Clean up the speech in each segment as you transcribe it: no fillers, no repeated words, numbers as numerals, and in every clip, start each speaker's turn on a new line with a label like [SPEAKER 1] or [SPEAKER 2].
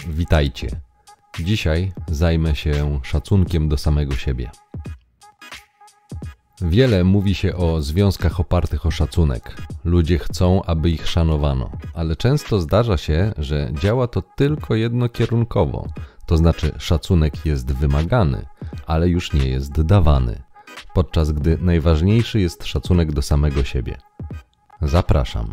[SPEAKER 1] Witajcie. Dzisiaj zajmę się szacunkiem do samego siebie. Wiele mówi się o związkach opartych o szacunek. Ludzie chcą, aby ich szanowano, ale często zdarza się, że działa to tylko jednokierunkowo. To znaczy szacunek jest wymagany, ale już nie jest dawany, podczas gdy najważniejszy jest szacunek do samego siebie. Zapraszam.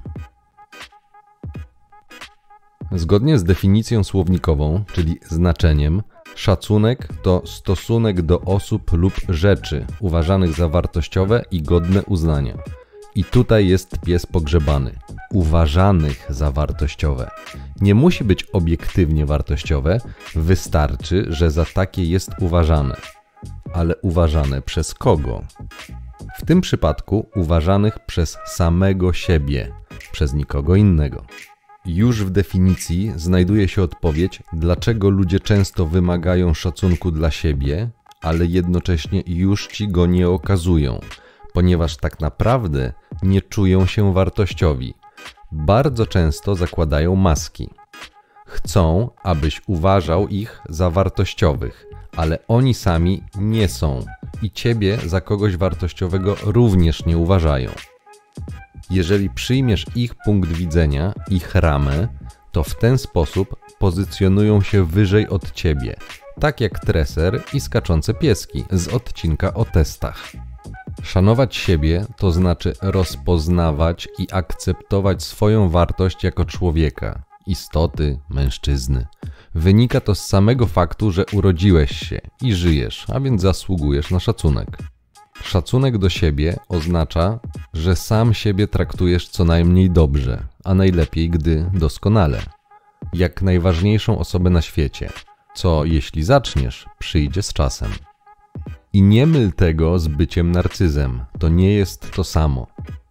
[SPEAKER 1] Zgodnie z definicją słownikową, czyli znaczeniem, szacunek to stosunek do osób lub rzeczy uważanych za wartościowe i godne uznania. I tutaj jest pies pogrzebany. Uważanych za wartościowe. Nie musi być obiektywnie wartościowe, wystarczy, że za takie jest uważane. Ale uważane przez kogo? W tym przypadku uważanych przez samego siebie, przez nikogo innego. Już w definicji znajduje się odpowiedź, dlaczego ludzie często wymagają szacunku dla siebie, ale jednocześnie już ci go nie okazują, ponieważ tak naprawdę nie czują się wartościowi. Bardzo często zakładają maski. Chcą, abyś uważał ich za wartościowych, ale oni sami nie są i ciebie za kogoś wartościowego również nie uważają. Jeżeli przyjmiesz ich punkt widzenia, ich ramę, to w ten sposób pozycjonują się wyżej od ciebie, tak jak treser i skaczące pieski z odcinka o testach. Szanować siebie to znaczy rozpoznawać i akceptować swoją wartość jako człowieka, istoty, mężczyzny. Wynika to z samego faktu, że urodziłeś się i żyjesz, a więc zasługujesz na szacunek. Szacunek do siebie oznacza, że sam siebie traktujesz co najmniej dobrze, a najlepiej gdy doskonale. Jak najważniejszą osobę na świecie, co jeśli zaczniesz, przyjdzie z czasem. I nie myl tego z byciem narcyzem, to nie jest to samo.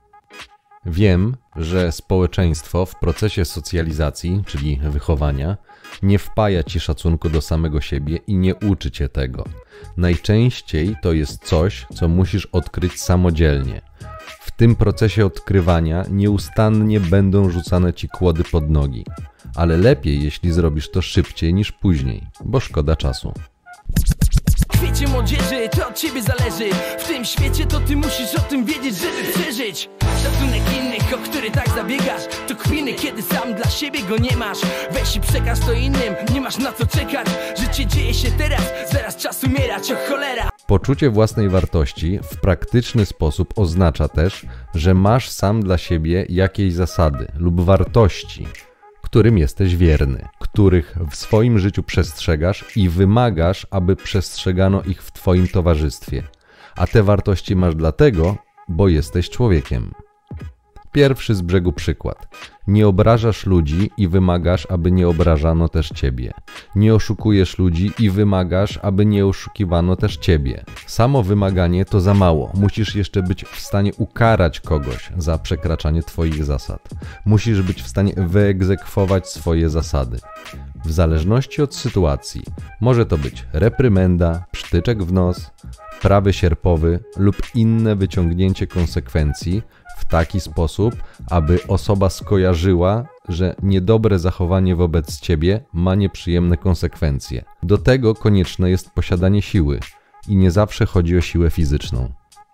[SPEAKER 1] Wiem, że społeczeństwo w procesie socjalizacji, czyli wychowania, nie wpaja ci szacunku do samego siebie i nie uczy cię tego. Najczęściej to jest coś, co musisz odkryć samodzielnie. W tym procesie odkrywania nieustannie będą rzucane ci kłody pod nogi. Ale lepiej, jeśli zrobisz to szybciej niż później, bo szkoda czasu.
[SPEAKER 2] W świecie młodzieży to od ciebie zależy. W tym świecie to ty musisz o tym wiedzieć, żeby przeżyć. Szacunek innych, o który tak zabiegasz, to kpiny, kiedy sam dla siebie go nie masz. Weź i przekaż to innym, nie masz na co czekać. Życie dzieje się teraz, zaraz czas umierać, o cholera.
[SPEAKER 1] Poczucie własnej wartości w praktyczny sposób oznacza też, że masz sam dla siebie jakieś zasady lub wartości, którym jesteś wierny, których w swoim życiu przestrzegasz i wymagasz, aby przestrzegano ich w twoim towarzystwie. A te wartości masz dlatego, bo jesteś człowiekiem. Pierwszy z brzegu przykład. Nie obrażasz ludzi i wymagasz, aby nie obrażano też ciebie. Nie oszukujesz ludzi i wymagasz, aby nie oszukiwano też ciebie. Samo wymaganie to za mało. Musisz jeszcze być w stanie ukarać kogoś za przekraczanie twoich zasad. Musisz być w stanie wyegzekwować swoje zasady. W zależności od sytuacji może to być reprymenda, psztyczek w nos, prawy sierpowy lub inne wyciągnięcie konsekwencji w taki sposób, aby osoba skojarzyła, że niedobre zachowanie wobec ciebie ma nieprzyjemne konsekwencje. Do tego konieczne jest posiadanie siły i nie zawsze chodzi o siłę fizyczną.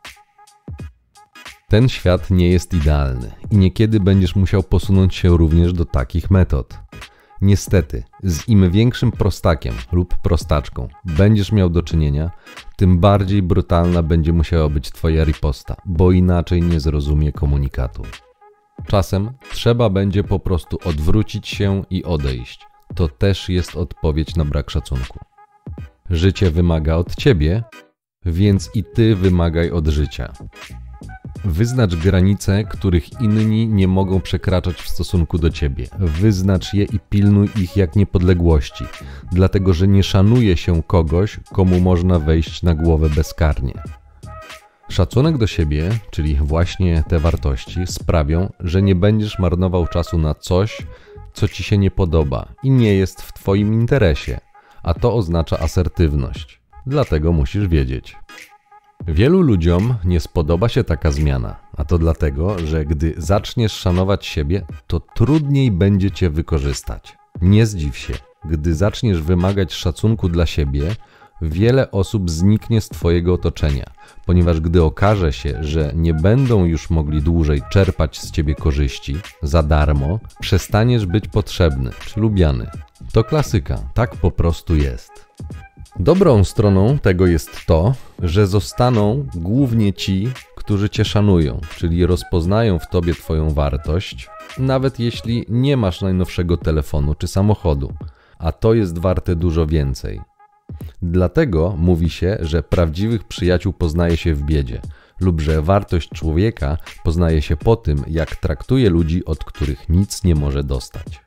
[SPEAKER 1] Ten świat nie jest idealny i niekiedy będziesz musiał posunąć się również do takich metod. Niestety, z im większym prostakiem lub prostaczką będziesz miał do czynienia, tym bardziej brutalna będzie musiała być twoja riposta, bo inaczej nie zrozumie komunikatu. Czasem trzeba będzie po prostu odwrócić się i odejść. To też jest odpowiedź na brak szacunku. Życie wymaga od ciebie, więc i ty wymagaj od życia. Wyznacz granice, których inni nie mogą przekraczać w stosunku do ciebie. Wyznacz je i pilnuj ich jak niepodległości, dlatego że nie szanuje się kogoś, komu można wejść na głowę bezkarnie. Szacunek do siebie, czyli właśnie te wartości, sprawią, że nie będziesz marnował czasu na coś, co ci się nie podoba i nie jest w twoim interesie, a to oznacza asertywność. Dlatego musisz wiedzieć. Wielu ludziom nie spodoba się taka zmiana, a to dlatego, że gdy zaczniesz szanować siebie, to trudniej będzie cię wykorzystać. Nie zdziw się, gdy zaczniesz wymagać szacunku dla siebie, wiele osób zniknie z twojego otoczenia, ponieważ gdy okaże się, że nie będą już mogli dłużej czerpać z ciebie korzyści za darmo, przestaniesz być potrzebny czy lubiany. To klasyka, tak po prostu jest. Dobrą stroną tego jest to, że zostaną głównie ci, którzy cię szanują, czyli rozpoznają w tobie twoją wartość, nawet jeśli nie masz najnowszego telefonu czy samochodu, a to jest warte dużo więcej. Dlatego mówi się, że prawdziwych przyjaciół poznaje się w biedzie lub że wartość człowieka poznaje się po tym, jak traktuje ludzi, od których nic nie może dostać.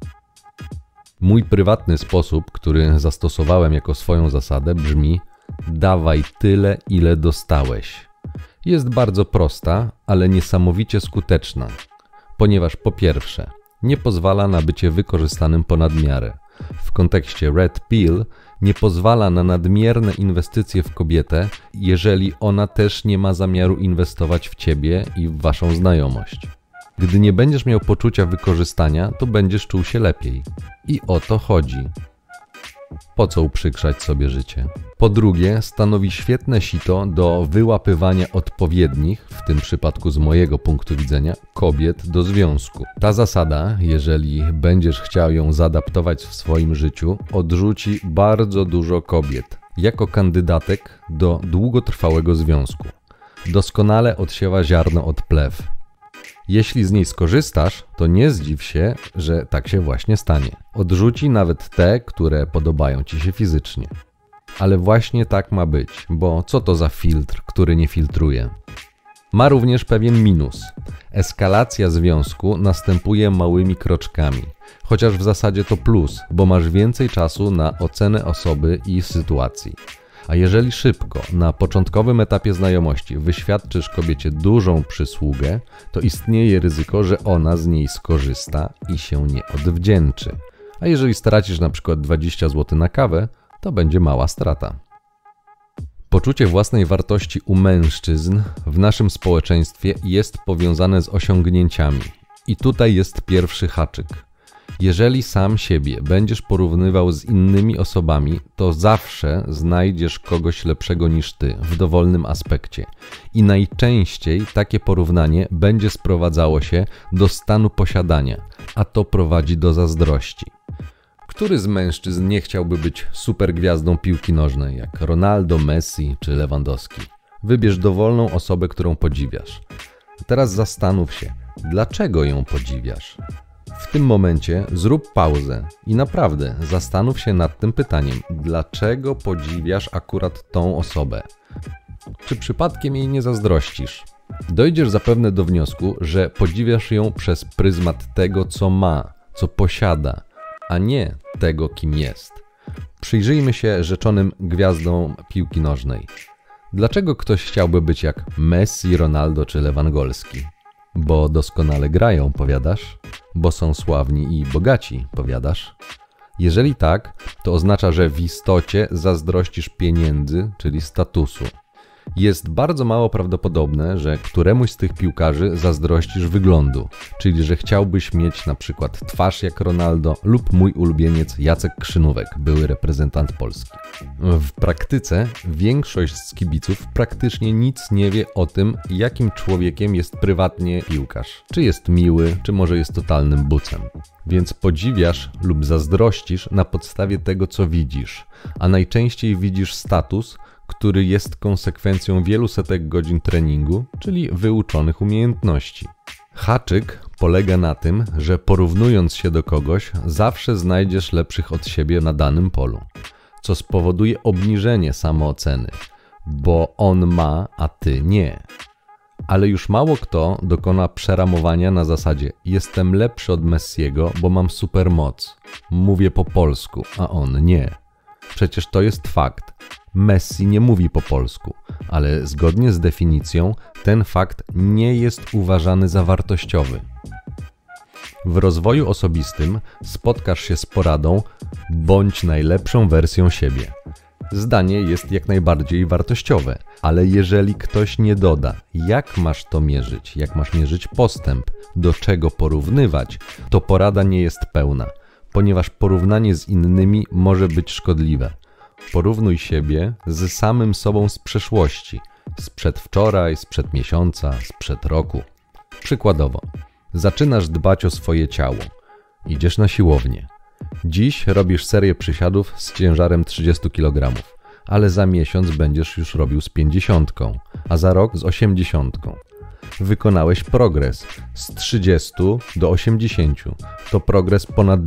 [SPEAKER 1] Mój prywatny sposób, który zastosowałem jako swoją zasadę, brzmi: dawaj tyle, ile dostałeś. Jest bardzo prosta, ale niesamowicie skuteczna, ponieważ po pierwsze, nie pozwala na bycie wykorzystanym ponad miarę. W kontekście Red Pill nie pozwala na nadmierne inwestycje w kobietę, jeżeli ona też nie ma zamiaru inwestować w ciebie i w waszą znajomość. Gdy nie będziesz miał poczucia wykorzystania, to będziesz czuł się lepiej. I o to chodzi. Po co uprzykrzać sobie życie? Po drugie, stanowi świetne sito do wyłapywania odpowiednich, w tym przypadku z mojego punktu widzenia, kobiet do związku. Ta zasada, jeżeli będziesz chciał ją zaadaptować w swoim życiu, odrzuci bardzo dużo kobiet jako kandydatek do długotrwałego związku. Doskonale odsiewa ziarno od plew. Jeśli z niej skorzystasz, to nie zdziw się, że tak się właśnie stanie. Odrzuci nawet te, które podobają ci się fizycznie. Ale właśnie tak ma być, bo co to za filtr, który nie filtruje? Ma również pewien minus. Eskalacja związku następuje małymi kroczkami, chociaż w zasadzie to plus, bo masz więcej czasu na ocenę osoby i sytuacji. A jeżeli szybko, na początkowym etapie znajomości wyświadczysz kobiecie dużą przysługę, to istnieje ryzyko, że ona z niej skorzysta i się nie odwdzięczy. A jeżeli stracisz na przykład 20 zł na kawę, to będzie mała strata. Poczucie własnej wartości u mężczyzn w naszym społeczeństwie jest powiązane z osiągnięciami. I tutaj jest pierwszy haczyk. Jeżeli sam siebie będziesz porównywał z innymi osobami, to zawsze znajdziesz kogoś lepszego niż ty w dowolnym aspekcie. I najczęściej takie porównanie będzie sprowadzało się do stanu posiadania, a to prowadzi do zazdrości. Który z mężczyzn nie chciałby być supergwiazdą piłki nożnej, jak Ronaldo, Messi czy Lewandowski? Wybierz dowolną osobę, którą podziwiasz. Teraz zastanów się, dlaczego ją podziwiasz? W tym momencie zrób pauzę i naprawdę zastanów się nad tym pytaniem, dlaczego podziwiasz akurat tą osobę? Czy przypadkiem jej nie zazdrościsz? Dojdziesz zapewne do wniosku, że podziwiasz ją przez pryzmat tego, co ma, co posiada, a nie tego, kim jest. Przyjrzyjmy się rzeczonym gwiazdom piłki nożnej. Dlaczego ktoś chciałby być jak Messi, Ronaldo czy Lewandowski? Bo doskonale grają, powiadasz? Bo są sławni i bogaci, powiadasz? Jeżeli tak, to oznacza, że w istocie zazdrościsz pieniędzy, czyli statusu. Jest bardzo mało prawdopodobne, że któremuś z tych piłkarzy zazdrościsz wyglądu, czyli że chciałbyś mieć na przykład twarz jak Ronaldo lub mój ulubieniec Jacek Krzynówek, były reprezentant Polski. W praktyce większość z kibiców praktycznie nic nie wie o tym, jakim człowiekiem jest prywatnie piłkarz. Czy jest miły, czy może jest totalnym bucem. Więc podziwiasz lub zazdrościsz na podstawie tego, co widzisz, a najczęściej widzisz status, który jest konsekwencją wielu setek godzin treningu, czyli wyuczonych umiejętności. Haczyk polega na tym, że porównując się do kogoś, zawsze znajdziesz lepszych od siebie na danym polu, co spowoduje obniżenie samooceny, bo on ma, a ty nie. Ale już mało kto dokona przeramowania na zasadzie: jestem lepszy od Messiego, bo mam supermoc. Mówię po polsku, a on nie. Przecież to jest fakt. Messi nie mówi po polsku, ale zgodnie z definicją ten fakt nie jest uważany za wartościowy. W rozwoju osobistym spotkasz się z poradą: bądź najlepszą wersją siebie. Zdanie jest jak najbardziej wartościowe, ale jeżeli ktoś nie doda, jak masz to mierzyć, jak masz mierzyć postęp, do czego porównywać, to porada nie jest pełna. ponieważ porównanie z innymi może być szkodliwe. Porównuj siebie z samym sobą z przeszłości, sprzed wczoraj, sprzed miesiąca, sprzed roku. Przykładowo, zaczynasz dbać o swoje ciało. Idziesz na siłownię. Dziś robisz serię przysiadów z ciężarem 30 kg, ale za miesiąc będziesz już robił z 50, a za rok z 80. Wykonałeś progres z 30 do 80. To progres ponad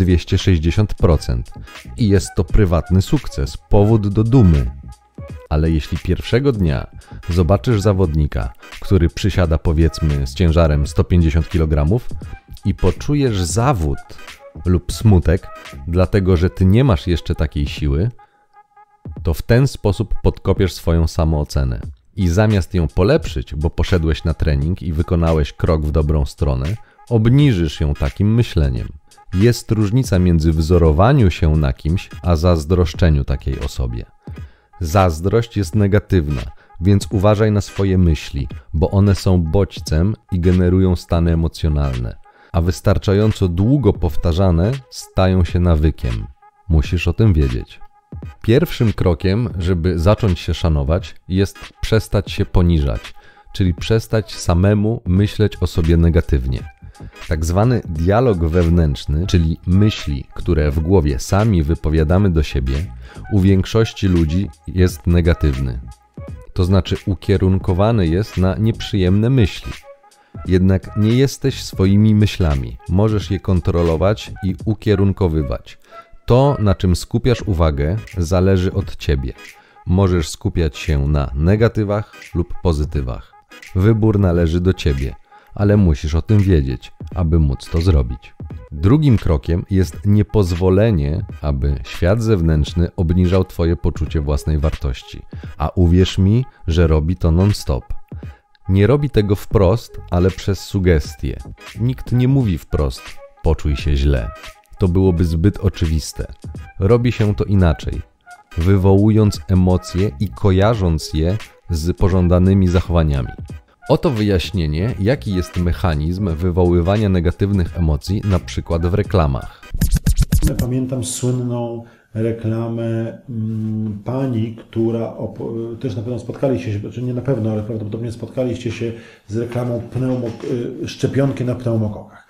[SPEAKER 1] 260%. I jest to prywatny sukces, powód do dumy. Ale jeśli pierwszego dnia zobaczysz zawodnika, który przysiada powiedzmy z ciężarem 150 kg i poczujesz zawód lub smutek, dlatego że ty nie masz jeszcze takiej siły, to w ten sposób podkopiesz swoją samoocenę. I zamiast ją polepszyć, bo poszedłeś na trening i wykonałeś krok w dobrą stronę, obniżysz ją takim myśleniem. Jest różnica między wzorowaniu się na kimś, a zazdroszczeniu takiej osobie. Zazdrość jest negatywna, więc uważaj na swoje myśli, bo one są bodźcem i generują stany emocjonalne, a wystarczająco długo powtarzane stają się nawykiem. Musisz o tym wiedzieć. Pierwszym krokiem, żeby zacząć się szanować, jest przestać się poniżać, czyli przestać samemu myśleć o sobie negatywnie. Tak zwany dialog wewnętrzny, czyli myśli, które w głowie sami wypowiadamy do siebie, u większości ludzi jest negatywny. To znaczy ukierunkowany jest na nieprzyjemne myśli. Jednak nie jesteś swoimi myślami, możesz je kontrolować i ukierunkowywać. To, na czym skupiasz uwagę, zależy od ciebie. Możesz skupiać się na negatywach lub pozytywach. Wybór należy do ciebie, ale musisz o tym wiedzieć, aby móc to zrobić. Drugim krokiem jest niepozwolenie, aby świat zewnętrzny obniżał twoje poczucie własnej wartości. A uwierz mi, że robi to non-stop. Nie robi tego wprost, ale przez sugestie. Nikt nie mówi wprost: poczuj się źle. To byłoby zbyt oczywiste. Robi się to inaczej, wywołując emocje i kojarząc je z pożądanymi zachowaniami. Oto wyjaśnienie, jaki jest mechanizm wywoływania negatywnych emocji, na przykład w reklamach.
[SPEAKER 3] Pamiętam słynną reklamę pani, która też na pewno spotkaliście się, czy nie na pewno, ale prawdopodobnie spotkaliście się z reklamą szczepionki na pneumokokach.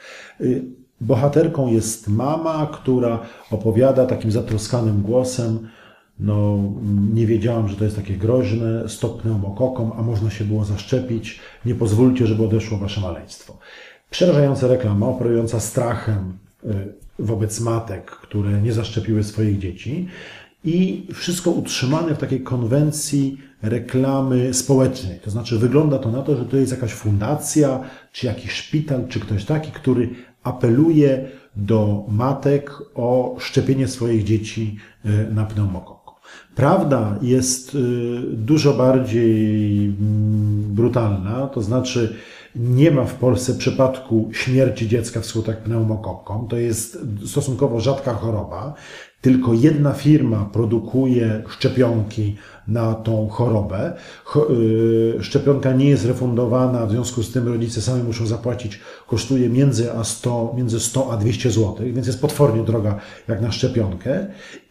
[SPEAKER 3] Bohaterką jest mama, która opowiada takim zatroskanym głosem: no, nie wiedziałam, że to jest takie groźne, stop pneumokokom, a można się było zaszczepić, nie pozwólcie, żeby odeszło wasze maleństwo. Przerażająca reklama, operująca strachem wobec matek, które nie zaszczepiły swoich dzieci, i wszystko utrzymane w takiej konwencji reklamy społecznej. To znaczy wygląda to na to, że to jest jakaś fundacja, czy jakiś szpital, czy ktoś taki, który apeluje do matek o szczepienie swoich dzieci na pneumokok. Prawda jest dużo bardziej brutalna, to znaczy nie ma w Polsce przypadku śmierci dziecka w skutek pneumokokom. To jest stosunkowo rzadka choroba. Tylko jedna firma produkuje szczepionki na tą chorobę. Szczepionka nie jest refundowana, w związku z tym rodzice sami muszą zapłacić. Kosztuje między 100 a 200 zł, więc jest potwornie droga jak na szczepionkę.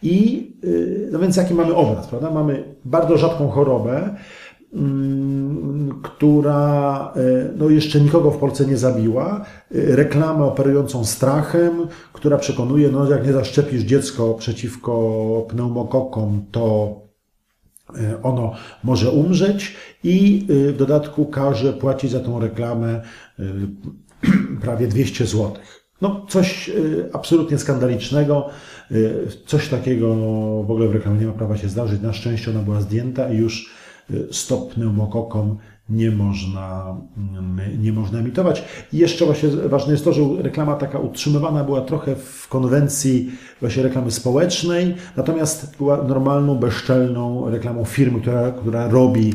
[SPEAKER 3] I no więc jaki mamy obraz, prawda? Mamy bardzo rzadką chorobę, która no jeszcze nikogo w Polsce nie zabiła, reklamę operującą strachem, która przekonuje, no jak nie zaszczepisz dziecko przeciwko pneumokokom, to ono może umrzeć, i w dodatku każe płacić za tą reklamę prawie 200 zł. No coś absolutnie skandalicznego, coś takiego w ogóle w reklamie nie ma prawa się zdarzyć. Na szczęście ona była zdjęta i już stop pneumokokom nie można emitować. I jeszcze właśnie ważne jest to, że reklama taka utrzymywana była trochę w konwencji właśnie reklamy społecznej, natomiast była normalną, bezczelną reklamą firmy, która robi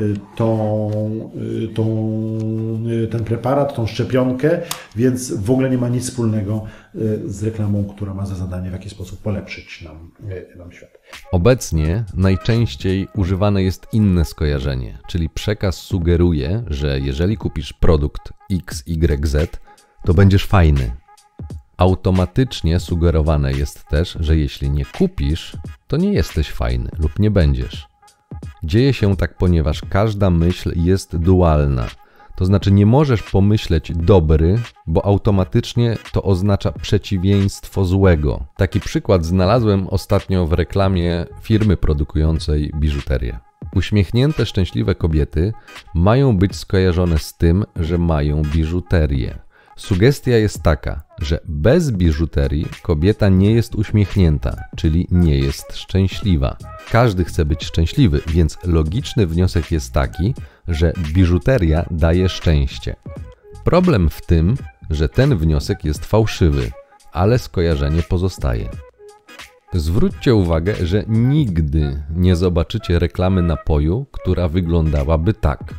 [SPEAKER 3] ten preparat, tą szczepionkę, więc w ogóle nie ma nic wspólnego z reklamą, która ma za zadanie w jakiś sposób polepszyć nam świat.
[SPEAKER 1] Obecnie najczęściej używane jest inne skojarzenie, czyli przekaz sugeruje, że jeżeli kupisz produkt XYZ, to będziesz fajny. Automatycznie sugerowane jest też, że jeśli nie kupisz, to nie jesteś fajny lub nie będziesz. Dzieje się tak, ponieważ każda myśl jest dualna. To znaczy nie możesz pomyśleć dobry, bo automatycznie to oznacza przeciwieństwo złego. Taki przykład znalazłem ostatnio w reklamie firmy produkującej biżuterię. Uśmiechnięte, szczęśliwe kobiety mają być skojarzone z tym, że mają biżuterię. Sugestia jest taka, że bez biżuterii kobieta nie jest uśmiechnięta, czyli nie jest szczęśliwa. Każdy chce być szczęśliwy, więc logiczny wniosek jest taki, że biżuteria daje szczęście. Problem w tym, że ten wniosek jest fałszywy, ale skojarzenie pozostaje. Zwróćcie uwagę, że nigdy nie zobaczycie reklamy napoju, która wyglądałaby tak.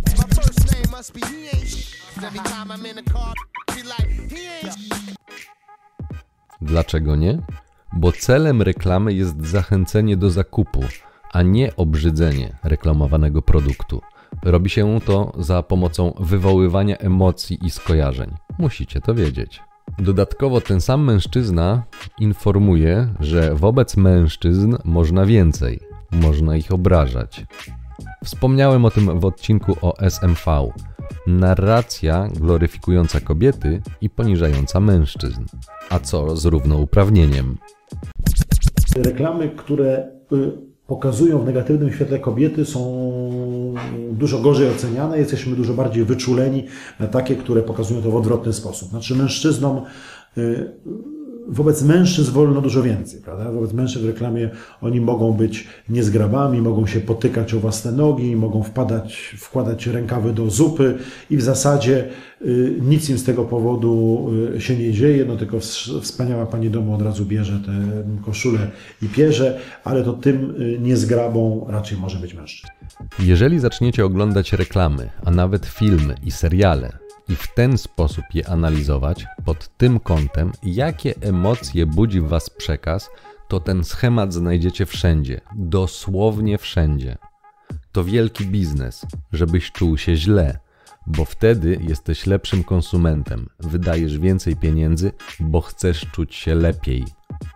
[SPEAKER 1] Dlaczego nie? Bo celem reklamy jest zachęcenie do zakupu, a nie obrzydzenie reklamowanego produktu. Robi się to za pomocą wywoływania emocji i skojarzeń. Musicie to wiedzieć. Dodatkowo ten sam mężczyzna informuje, że wobec mężczyzn można więcej, można ich obrażać. Wspomniałem o tym w odcinku o SMV. Narracja gloryfikująca kobiety i poniżająca mężczyzn. A co z równouprawnieniem?
[SPEAKER 3] Reklamy, które pokazują w negatywnym świetle kobiety, są dużo gorzej oceniane. Jesteśmy dużo bardziej wyczuleni na takie, które pokazują to w odwrotny sposób. Znaczy wobec mężczyzn wolno dużo więcej, prawda? Wobec mężczyzn w reklamie oni mogą być niezgrabami, mogą się potykać o własne nogi, mogą wkładać rękawy do zupy i w zasadzie nic im z tego powodu się nie dzieje, no tylko wspaniała pani domu od razu bierze tę koszulę i pierze, ale to tym niezgrabą raczej może być mężczyzn.
[SPEAKER 1] Jeżeli zaczniecie oglądać reklamy, a nawet filmy i seriale, i w ten sposób je analizować pod tym kątem, jakie emocje budzi w was przekaz, to ten schemat znajdziecie wszędzie, dosłownie wszędzie. To wielki biznes, żebyś czuł się źle, bo wtedy jesteś lepszym konsumentem, wydajesz więcej pieniędzy, bo chcesz czuć się lepiej.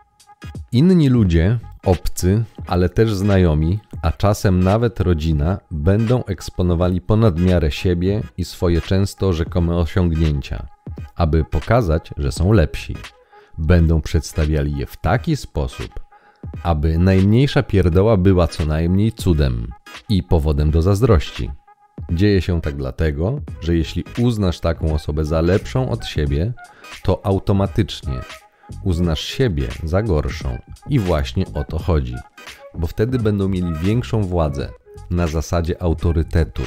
[SPEAKER 1] Inni ludzie, obcy, ale też znajomi, a czasem nawet rodzina, będą eksponowali ponad miarę siebie i swoje często rzekome osiągnięcia, aby pokazać, że są lepsi. Będą przedstawiali je w taki sposób, aby najmniejsza pierdoła była co najmniej cudem i powodem do zazdrości. Dzieje się tak dlatego, że jeśli uznasz taką osobę za lepszą od siebie, to automatycznie uznasz siebie za gorszą. I właśnie o to chodzi, bo wtedy będą mieli większą władzę na zasadzie autorytetu,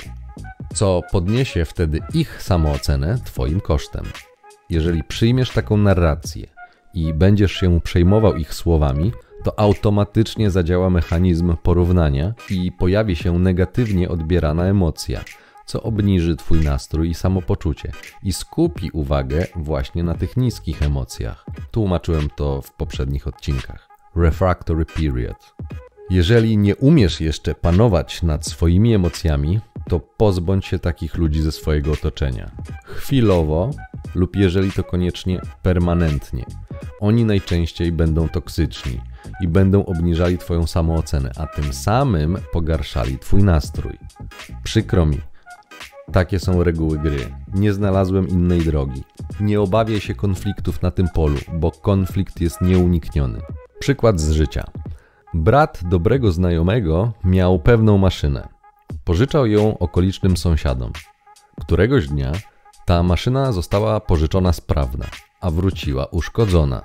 [SPEAKER 1] co podniesie wtedy ich samoocenę twoim kosztem. Jeżeli przyjmiesz taką narrację i będziesz się przejmował ich słowami, to automatycznie zadziała mechanizm porównania i pojawi się negatywnie odbierana emocja, co obniży twój nastrój i samopoczucie i skupi uwagę właśnie na tych niskich emocjach. Tłumaczyłem to w poprzednich odcinkach. Refractory period. Jeżeli nie umiesz jeszcze panować nad swoimi emocjami, to pozbądź się takich ludzi ze swojego otoczenia. Chwilowo lub jeżeli to koniecznie permanentnie. Oni najczęściej będą toksyczni i będą obniżali twoją samoocenę, a tym samym pogarszali twój nastrój. Przykro mi. Takie są reguły gry. Nie znalazłem innej drogi. Nie obawiaj się konfliktów na tym polu, bo konflikt jest nieunikniony. Przykład z życia. Brat dobrego znajomego miał pewną maszynę. Pożyczał ją okolicznym sąsiadom. Któregoś dnia ta maszyna została pożyczona sprawna, a wróciła uszkodzona.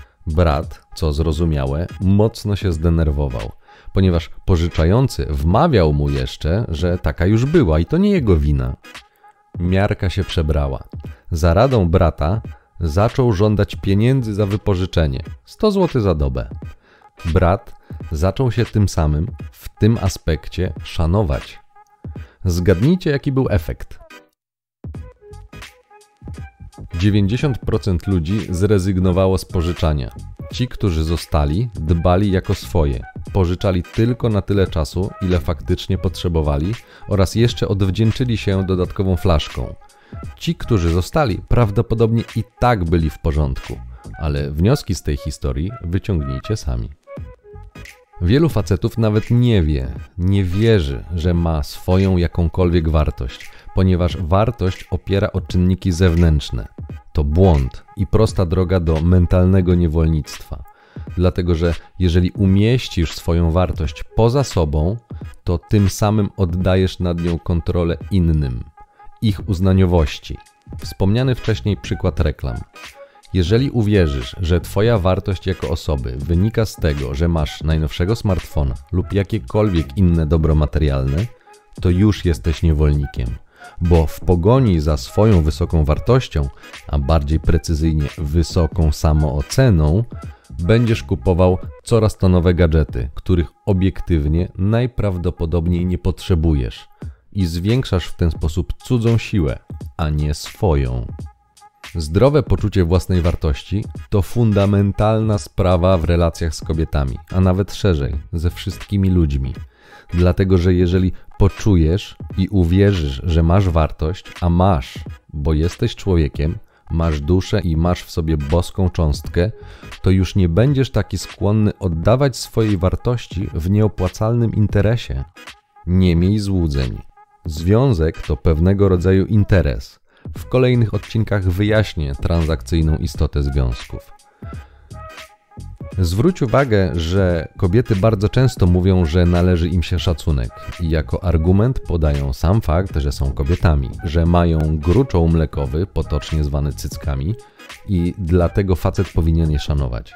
[SPEAKER 1] Brat, co zrozumiałe, mocno się zdenerwował, ponieważ pożyczający wmawiał mu jeszcze, że taka już była i to nie jego wina. Miarka się przebrała. Za radą brata zaczął żądać pieniędzy za wypożyczenie, 100 zł za dobę. Brat zaczął się tym samym, w tym aspekcie, szanować. Zgadnijcie, jaki był efekt. 90% ludzi zrezygnowało z pożyczania. Ci, którzy zostali, dbali jako swoje. Pożyczali tylko na tyle czasu, ile faktycznie potrzebowali oraz jeszcze odwdzięczyli się dodatkową flaszką. Ci, którzy zostali, prawdopodobnie i tak byli w porządku. ale wnioski z tej historii wyciągnijcie sami. Wielu facetów nawet nie wierzy, że ma swoją jakąkolwiek wartość, ponieważ wartość opiera o czynniki zewnętrzne. To błąd i prosta droga do mentalnego niewolnictwa. Dlatego, że jeżeli umieścisz swoją wartość poza sobą, to tym samym oddajesz nad nią kontrolę innym, ich uznaniowości. Wspomniany wcześniej przykład reklam. Jeżeli uwierzysz, że twoja wartość jako osoby wynika z tego, że masz najnowszego smartfona lub jakiekolwiek inne dobro materialne, to już jesteś niewolnikiem, bo w pogoni za swoją wysoką wartością, a bardziej precyzyjnie wysoką samooceną, będziesz kupował coraz to nowe gadżety, których obiektywnie najprawdopodobniej nie potrzebujesz i zwiększasz w ten sposób cudzą siłę, a nie swoją. Zdrowe poczucie własnej wartości to fundamentalna sprawa w relacjach z kobietami, a nawet szerzej, ze wszystkimi ludźmi. Dlatego, że jeżeli poczujesz i uwierzysz, że masz wartość, a masz, bo jesteś człowiekiem, masz duszę i masz w sobie boską cząstkę, to już nie będziesz taki skłonny oddawać swojej wartości w nieopłacalnym interesie. Nie miej złudzeń. Związek to pewnego rodzaju interes. W kolejnych odcinkach wyjaśnię transakcyjną istotę związków. Zwróć uwagę, że kobiety bardzo często mówią, że należy im się szacunek i jako argument podają sam fakt, że są kobietami, że mają gruczoł mlekowy, potocznie zwany cyckami i dlatego facet powinien je szanować.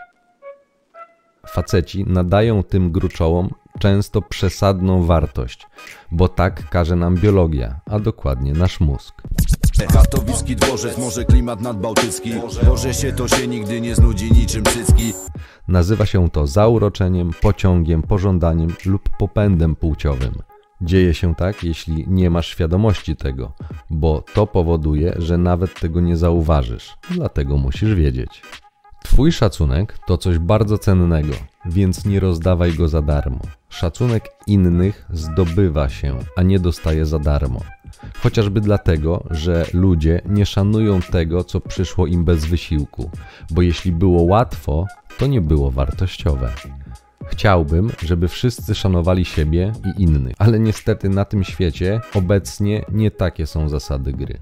[SPEAKER 1] Faceci nadają tym gruczołom często przesadną wartość, bo tak każe nam biologia, a dokładnie nasz mózg.
[SPEAKER 4] Katowicki dworzec, może klimat nadbałtycki, może się nigdy nie znudzi niczym cycki.
[SPEAKER 1] Nazywa się to zauroczeniem, pociągiem, pożądaniem lub popędem płciowym. Dzieje się tak, jeśli nie masz świadomości tego, bo to powoduje, że nawet tego nie zauważysz, dlatego musisz wiedzieć. Twój szacunek to coś bardzo cennego, więc nie rozdawaj go za darmo. Szacunek innych zdobywa się, a nie dostaje za darmo. Chociażby dlatego, że ludzie nie szanują tego, co przyszło im bez wysiłku, bo jeśli było łatwo, to nie było wartościowe. Chciałbym, żeby wszyscy szanowali siebie i innych, ale niestety na tym świecie obecnie nie takie są zasady gry.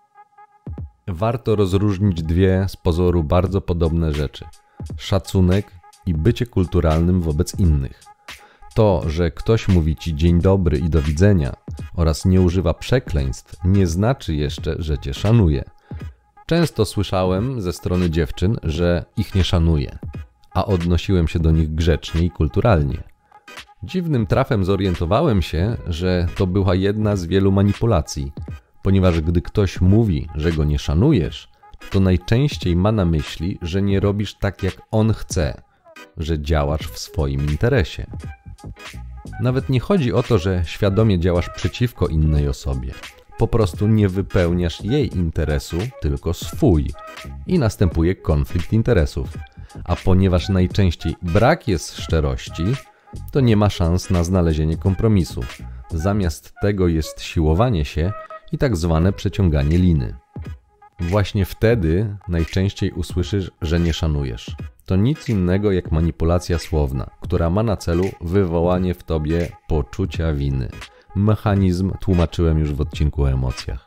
[SPEAKER 1] Warto rozróżnić dwie z pozoru bardzo podobne rzeczy: szacunek i bycie kulturalnym wobec innych. To, że ktoś mówi ci dzień dobry i do widzenia oraz nie używa przekleństw, nie znaczy jeszcze, że cię szanuje. Często słyszałem ze strony dziewczyn, że ich nie szanuję, a odnosiłem się do nich grzecznie i kulturalnie. Dziwnym trafem zorientowałem się, że to była jedna z wielu manipulacji, ponieważ gdy ktoś mówi, że go nie szanujesz, to najczęściej ma na myśli, że nie robisz tak jak on chce, że działasz w swoim interesie. Nawet nie chodzi o to, że świadomie działasz przeciwko innej osobie. Po prostu nie wypełniasz jej interesu, tylko swój i następuje konflikt interesów. A ponieważ najczęściej brak jest szczerości, to nie ma szans na znalezienie kompromisu. Zamiast tego jest siłowanie się i tak zwane przeciąganie liny. Właśnie wtedy najczęściej usłyszysz, że nie szanujesz. To nic innego jak manipulacja słowna, która ma na celu wywołanie w tobie poczucia winy. Mechanizm tłumaczyłem już w odcinku o emocjach.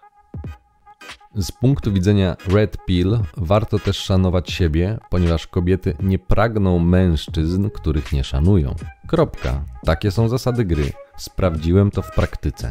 [SPEAKER 1] Z punktu widzenia Red Pill warto też szanować siebie, ponieważ kobiety nie pragną mężczyzn, których nie szanują. Kropka. Takie są zasady gry. Sprawdziłem to w praktyce.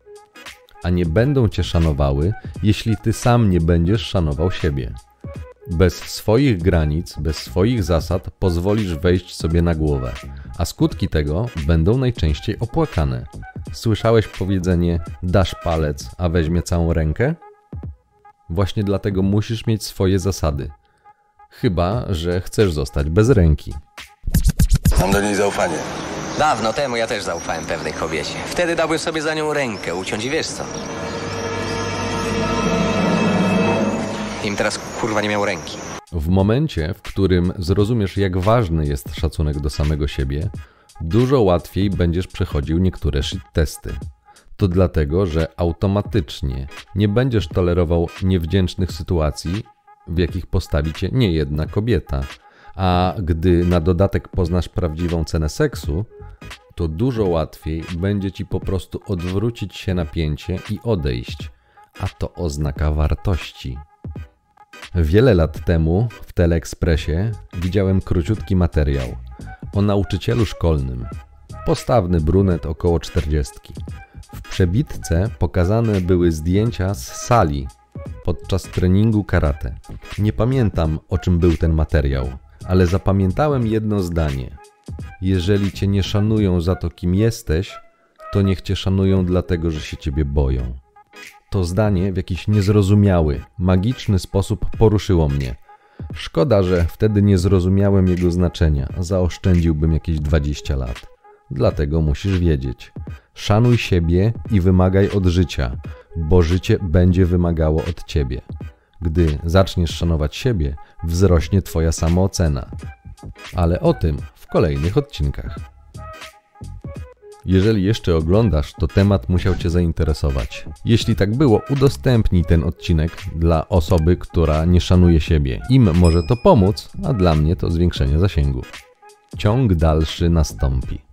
[SPEAKER 1] A nie będą cię szanowały, jeśli ty sam nie będziesz szanował siebie. Bez swoich granic, bez swoich zasad pozwolisz wejść sobie na głowę, a skutki tego będą najczęściej opłakane. Słyszałeś powiedzenie: dasz palec, a weźmie całą rękę? Właśnie dlatego musisz mieć swoje zasady. Chyba że chcesz zostać bez ręki.
[SPEAKER 4] Mam do niej zaufanie.
[SPEAKER 5] Dawno temu ja też zaufałem pewnej kobiecie. Wtedy dałbym sobie za nią rękę uciąć i wiesz co? Im teraz kurwa nie miał ręki.
[SPEAKER 1] W momencie, w którym zrozumiesz, jak ważny jest szacunek do samego siebie, dużo łatwiej będziesz przechodził niektóre shit testy. To dlatego, że automatycznie nie będziesz tolerował niewdzięcznych sytuacji, w jakich postawi cię niejedna kobieta. A gdy na dodatek poznasz prawdziwą cenę seksu, to dużo łatwiej będzie ci po prostu odwrócić się na pięcie i odejść, a to oznaka wartości. Wiele lat temu w Teleekspresie widziałem króciutki materiał o nauczycielu szkolnym. Postawny brunet około 40. W przebitce pokazane były zdjęcia z sali podczas treningu karate. Nie pamiętam, o czym był ten materiał, ale zapamiętałem jedno zdanie. Jeżeli cię nie szanują za to, kim jesteś, to niech cię szanują dlatego, że się ciebie boją. To zdanie w jakiś niezrozumiały, magiczny sposób poruszyło mnie. Szkoda, że wtedy nie zrozumiałem jego znaczenia, zaoszczędziłbym jakieś 20 lat. Dlatego musisz wiedzieć. Szanuj siebie i wymagaj od życia, bo życie będzie wymagało od ciebie. Gdy zaczniesz szanować siebie, wzrośnie twoja samoocena. Ale o tym w kolejnych odcinkach. Jeżeli jeszcze oglądasz, to temat musiał cię zainteresować. Jeśli tak było, udostępnij ten odcinek dla osoby, która nie szanuje siebie. Im może to pomóc, a dla mnie to zwiększenie zasięgu. Ciąg dalszy nastąpi.